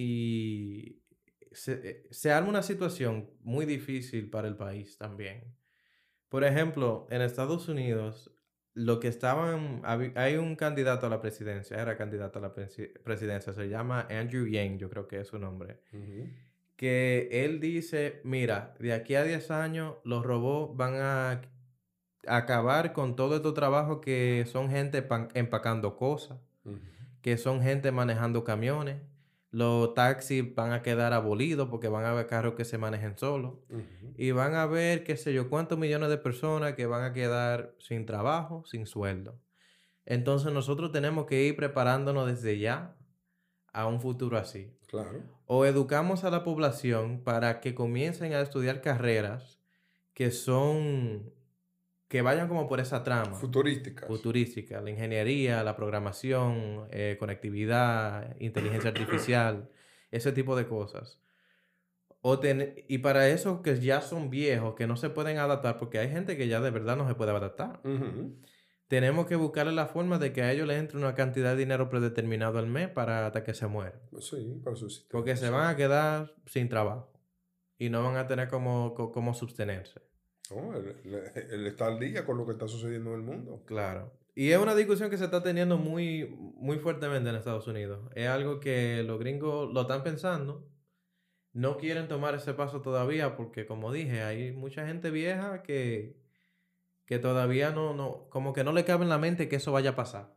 Y se, eh, se arma una situación muy difícil para el país también. Por ejemplo, en Estados Unidos, lo que estaban, habi- hay un candidato a la presidencia, era candidato a la presi- presidencia, se llama Andrew Yang, yo creo que es su nombre, Ujú, que él dice, mira, de aquí a diez años los robots van a acabar con todo estos trabajos que son gente pan- empacando cosas, ujú, que son gente manejando camiones. Los taxis van a quedar abolidos porque van a haber carros que se manejen solos. ujú. Y van a ver, qué sé yo, cuántos millones de personas que van a quedar sin trabajo, sin sueldo. Entonces nosotros tenemos que ir preparándonos desde ya a un futuro así. Claro. O educamos a la población para que comiencen a estudiar carreras que son, que vayan como por esa trama Futurísticas. futurística, la ingeniería, la programación, eh, conectividad, inteligencia artificial, ese tipo de cosas. O ten- y para esos que ya son viejos, que no se pueden adaptar, porque hay gente que ya de verdad no se puede adaptar. Ujú. Tenemos que buscarle la forma de que a ellos les entre una cantidad de dinero predeterminado al mes para hasta que se mueran. Sí, para su Porque existencia, se sí. van a quedar sin trabajo y no van a tener cómo, co- cómo sostenerse. No, el, el- el está al día con lo que está sucediendo en el mundo. Claro. Y es una discusión que se está teniendo muy, muy fuertemente en Estados Unidos. Es algo que los gringos lo están pensando. No quieren tomar ese paso todavía porque, como dije, hay mucha gente vieja que, que todavía no, no, como que no le cabe en la mente que eso vaya a pasar.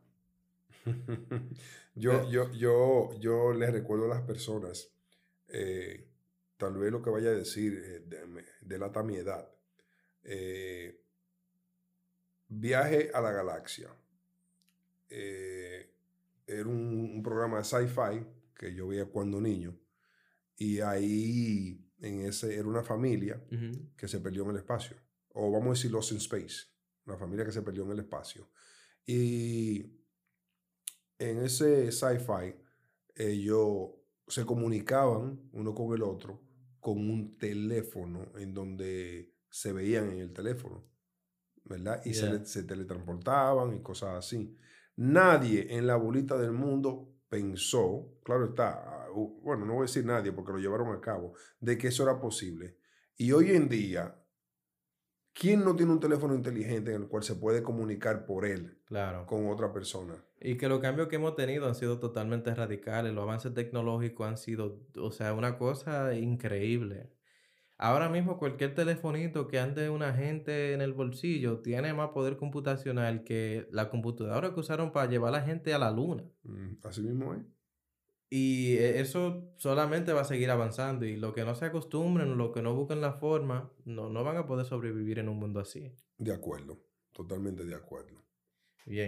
Yo, Pe- yo, yo, yo les recuerdo a las personas, eh, tal vez lo que vaya a decir eh, de- me- delata mi edad. Eh, Viaje a la Galaxia. Eh, Era un, un programa de sci-fi que yo veía cuando niño. Y ahí, en ese, era una familia Ujú. que se perdió en el espacio. O vamos a decir Lost in Space. Una familia que se perdió en el espacio. Y en ese sci-fi, ellos se comunicaban uno con el otro con un teléfono en donde se veían en el teléfono, ¿verdad? Y se, Ya. le- se teletransportaban y cosas así. Nadie en la bolita del mundo pensó, claro está, ah, u- bueno, no voy a decir nadie porque lo llevaron a cabo, de que eso era posible. Y hoy en día, ¿quién no tiene un teléfono inteligente en el cual se puede comunicar por él Claro. con otra persona? Y que los cambios que hemos tenido han sido totalmente radicales. Los avances tecnológicos han sido, o sea, una cosa increíble. Ahora mismo cualquier telefonito que ande una gente en el bolsillo tiene más poder computacional que la computadora que usaron para llevar a la gente a la luna. Mm, así mismo es. Y e- eso solamente va a seguir avanzando. Y lo que no se acostumbren, lo que no busquen la forma, no, no van a poder sobrevivir en un mundo así. De acuerdo, totalmente de acuerdo. Bien.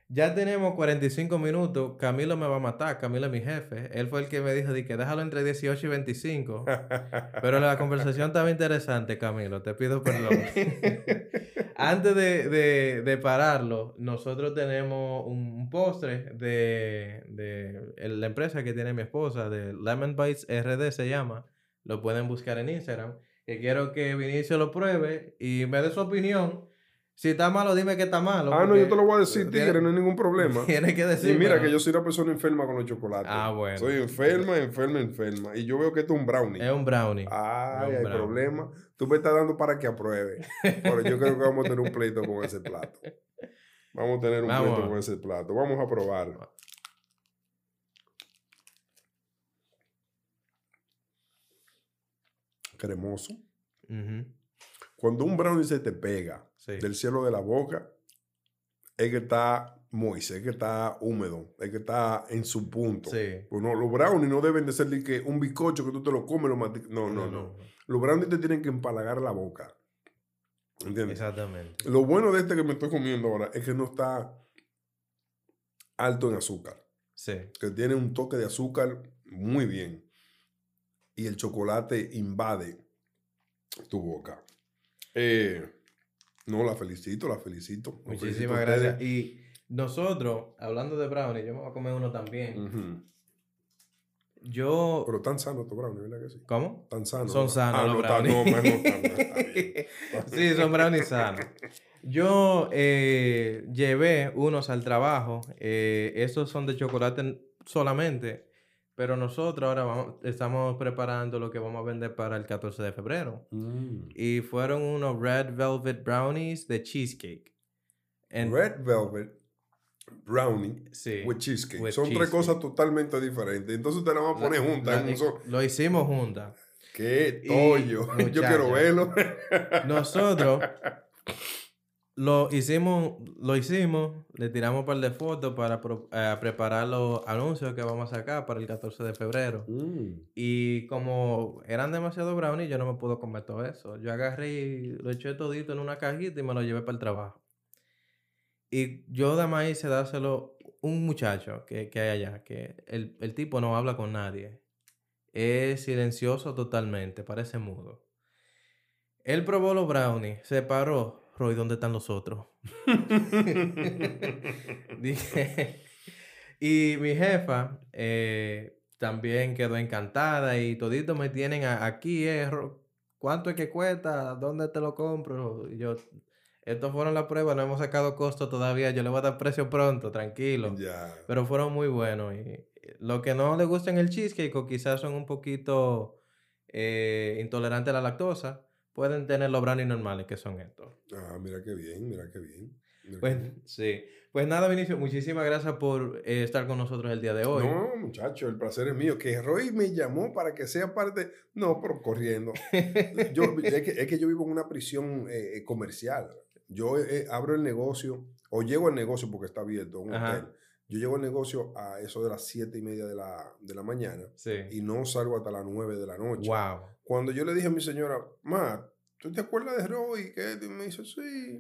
Ya tenemos cuarenta y cinco minutos. Camilo me va a matar. Camilo es mi jefe. Él fue el que me dijo de que déjalo entre dieciocho y veinticinco. Pero la conversación estaba interesante, Camilo. Te pido perdón. Antes de, de, de pararlo, nosotros tenemos un, un postre de, de el- la empresa que tiene mi esposa, de Lemon Bites R D se llama. Lo pueden buscar en Instagram. Que quiero que Vinicio lo pruebe y me dé su opinión. Si está malo, dime que está malo, Ah, no, yo te porque lo voy a eh, decir, tigre, no tiene, hay ningún problema. tiene que Y mira que decírmelo. yo soy una persona enferma con los chocolates. Ah, Soy bueno. enferma, enferma, enferma. Y yo veo que esto es un brownie. Es un brownie. Es Ay, un hay brownie. problema. Tú me estás dando para que apruebe. Pero yo creo que vamos a tener un pleito con ese plato. Vamos a tener un pleito con Vamos. ese plato. Vamos a probar. Cremoso. Ujú. Cuando un brownie se te pega Sí. del cielo de la boca, es que está moist, es que está húmedo, es que está en su punto. Sí. Pues no, los brownies no deben de ser de que un bizcocho que tú te lo comes, lo masticas. No, no, No, no, no, no. Los brownies te tienen que empalagar la boca. ¿Entiendes? Exactamente. Lo bueno de este que me estoy comiendo ahora es que no está alto en azúcar. Sí. Que tiene un toque de azúcar muy bien. Y el chocolate invade tu boca. Eh, no, la felicito, la felicito. Los felicito a Muchísimas ustedes. gracias. Y nosotros, hablando de brownie, yo me voy a comer uno también. Ujú. Yo... Pero tan sano estos brownies, ¿verdad que sí? ¿Cómo? Tan sano. Son ¿no? sanos Ah, los no, está, brownies. no, más no están, no está bien. Sí, son brownies sanos. Yo eh, llevé unos al trabajo. Eh, estos son de chocolate solamente. Pero nosotros ahora vamos- estamos preparando lo que vamos a vender para el catorce de febrero. Mm. Y fueron unos Red Velvet Brownies de cheesecake. En- Red Velvet Brownie sí, with cheesecake. with Son tres cheesecake. cosas totalmente diferentes. Entonces te las vamos a La- poner juntas la- en un eh, solo. lo hicimos juntas. ¡Qué Y, tollo! Yo quiero muchacha, verlo. nosotros lo hicimos, lo hicimos, le tiramos un par de fotos para pro- eh, preparar los anuncios que vamos a sacar para el catorce de febrero. Mm. Y como eran demasiado brownies, yo no me puedo comer todo eso. Yo agarré y lo eché todito en una cajita y me lo llevé para el trabajo. Y yo de más hice dárselo un muchacho que, que hay allá, que el, el tipo no habla con nadie. Es silencioso totalmente, parece mudo. Él probó los brownies, se paró. Roy, ¿dónde están los otros? Dije. Y mi jefa eh, también quedó encantada y toditos me tienen a- aquí, eh, Ro- ¿cuánto es que cuesta? ¿Dónde te lo compro? Y yo, estos fueron las pruebas, no hemos sacado costo todavía, yo le voy a dar precio pronto, tranquilo. Ya. Pero fueron muy buenos. Y lo que no les gusta en el cheesecake o quizás son un poquito eh, intolerantes a la lactosa, pueden tener los brownies normales que son estos. Ah, mira qué bien, mira qué bien. Mira qué Pues bien. sí. Pues nada, Vinicio, muchísimas gracias por eh, estar con nosotros el día de hoy. No, muchacho, el placer es mío. Que Roy me llamó para que sea parte. No, pero corriendo. Yo, es, que, es que yo vivo en una prisión eh, comercial. Yo eh, abro el negocio, o llego al negocio porque está abierto, un Ajá. hotel. Yo llego al negocio a eso de las siete y media de la, de la mañana Sí. y no salgo hasta las nueve de la noche. Wow. Cuando yo le dije a mi señora, ma, ¿tú te acuerdas de Roy? ¿Qué? Y me dice, sí.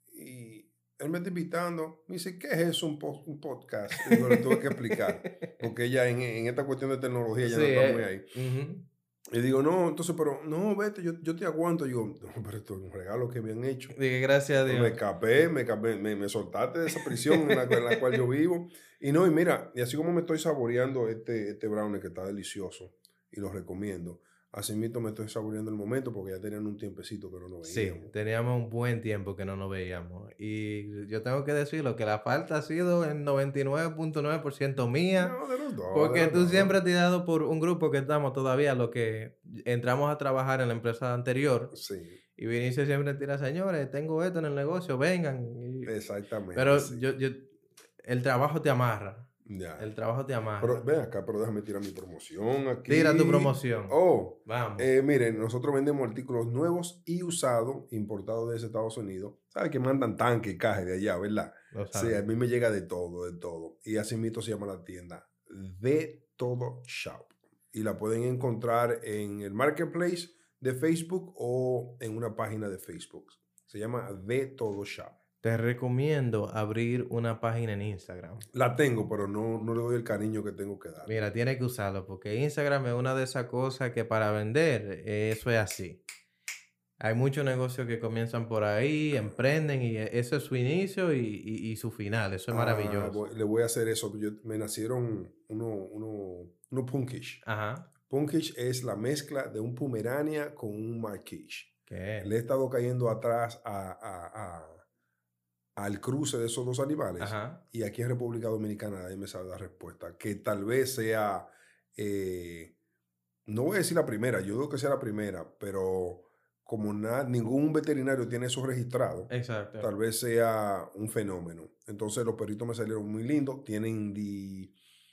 Y él me está invitando. Me dice, ¿qué es eso, un, po- un podcast? Y yo le tuve que explicar. Porque ella en, en esta cuestión de tecnología ya Sí, no está eh, muy ahí. ujú. Y digo, no, entonces, pero, no, vete, yo, yo te aguanto. Y yo, no, pero esto es un regalo que me han hecho. Dije, gracias a Me Dios. escapé, me, escapé, me, me soltaste de esa prisión en la, en la cual yo vivo. Y no, y mira, y así como me estoy saboreando este, este brownie que está delicioso y lo recomiendo, así mismo me estoy saboreando el momento porque ya tenían un tiempecito que no nos Sí, veíamos. teníamos un buen tiempo que no nos veíamos. Y yo tengo que decirlo, que la falta ha sido el noventa y nueve punto nueve por ciento mía. No, de los dos. Porque de los tú dos. siempre te has dado por un grupo que estamos todavía, los que entramos a trabajar en la empresa anterior. Sí, Y Vinicio siempre tira, señores, tengo esto en el negocio, vengan. Y- exactamente. pero sí. yo, yo, el trabajo te amarra. Ya. El trabajo te amarra. Pero ven acá, pero déjame tirar mi promoción aquí. Tira tu promoción. Oh, Vamos. eh, miren, nosotros vendemos artículos nuevos y usados, importados desde Estados Unidos. ¿Sabes que mandan tanque y caja de allá, verdad? Lo Sí, sabes. a mí me llega de todo, de todo. Y así mismo se llama la tienda, De Todo Shop. Y la pueden encontrar en el marketplace de Facebook o en una página de Facebook. Se llama De Todo Shop. te recomiendo abrir una página en Instagram. La tengo, pero no, no le doy el cariño que tengo que dar. Mira, tienes que usarlo porque Instagram es una de esas cosas que para vender, eh, eso es así. Hay muchos negocios que comienzan por ahí, emprenden y e- ese es su inicio y, y- y su final. Eso es Ah, maravilloso. voy- le voy a hacer eso. Yo, me nacieron unos uno, uno punkish. Ajá. Punkish es la mezcla de un Pomerania con un Markish. ¿Qué? Le he estado cayendo atrás a, a- a- al cruce de esos dos animales. Ajá. Y aquí en República Dominicana nadie me sabe dar respuesta. Que tal vez sea, eh, no voy a decir la primera, yo digo que sea la primera, pero como na- ningún veterinario tiene eso registrado, Exacto. tal vez sea un fenómeno. Entonces los perritos me salieron muy lindos. Tienen di-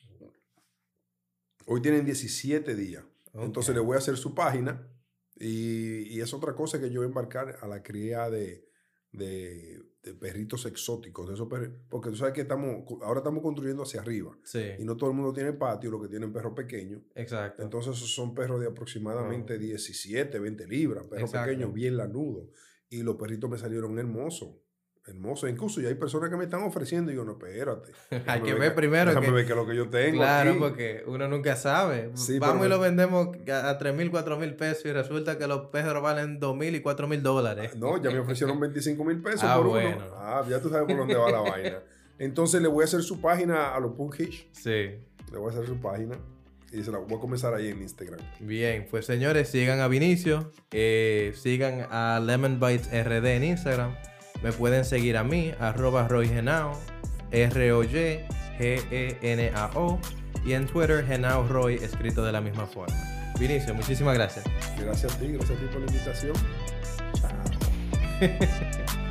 Hoy tienen diecisiete días. Entonces Ok. le voy a hacer su página y, y es otra cosa que yo voy a embarcar a la cría de, de, de perritos exóticos. De esos perri- porque tú sabes que estamos, ahora estamos construyendo hacia arriba y Sí, no todo el mundo tiene patio, lo que tienen perros pequeños. exacto. Entonces esos son perros de aproximadamente Wow. diecisiete, veinte libras, perros Exacto. pequeños, bien lanudos. Y los perritos me salieron hermosos. Hermosos. Incluso ya hay personas que me están ofreciendo y yo, no, espérate. Hay déjame que ver ver qué- primero Déjame que... ver qué es lo que yo tengo Claro, aquí. porque uno nunca sabe. Sí, Vamos pero y lo me- vendemos a a tres mil, cuatro mil pesos y resulta que los perros valen dos mil y cuatro mil dólares. No, ya me ofrecieron veinticinco mil pesos Ah, por bueno. uno. Ah, ya tú sabes por dónde va la vaina. Entonces le voy a hacer su página a los Punkish. Sí. Le voy a hacer su página y se la voy a comenzar ahí en Instagram. Bien, pues señores, sigan a Vinicio, eh, sigan a Lemon Bites R D en Instagram. Me pueden seguir a mí, arroba Roy Genao, R O Y G E N A O, y en Twitter, Genao Roy, escrito de la misma forma. Vinicio, muchísimas gracias. Gracias a ti, gracias a ti por la invitación. Chao.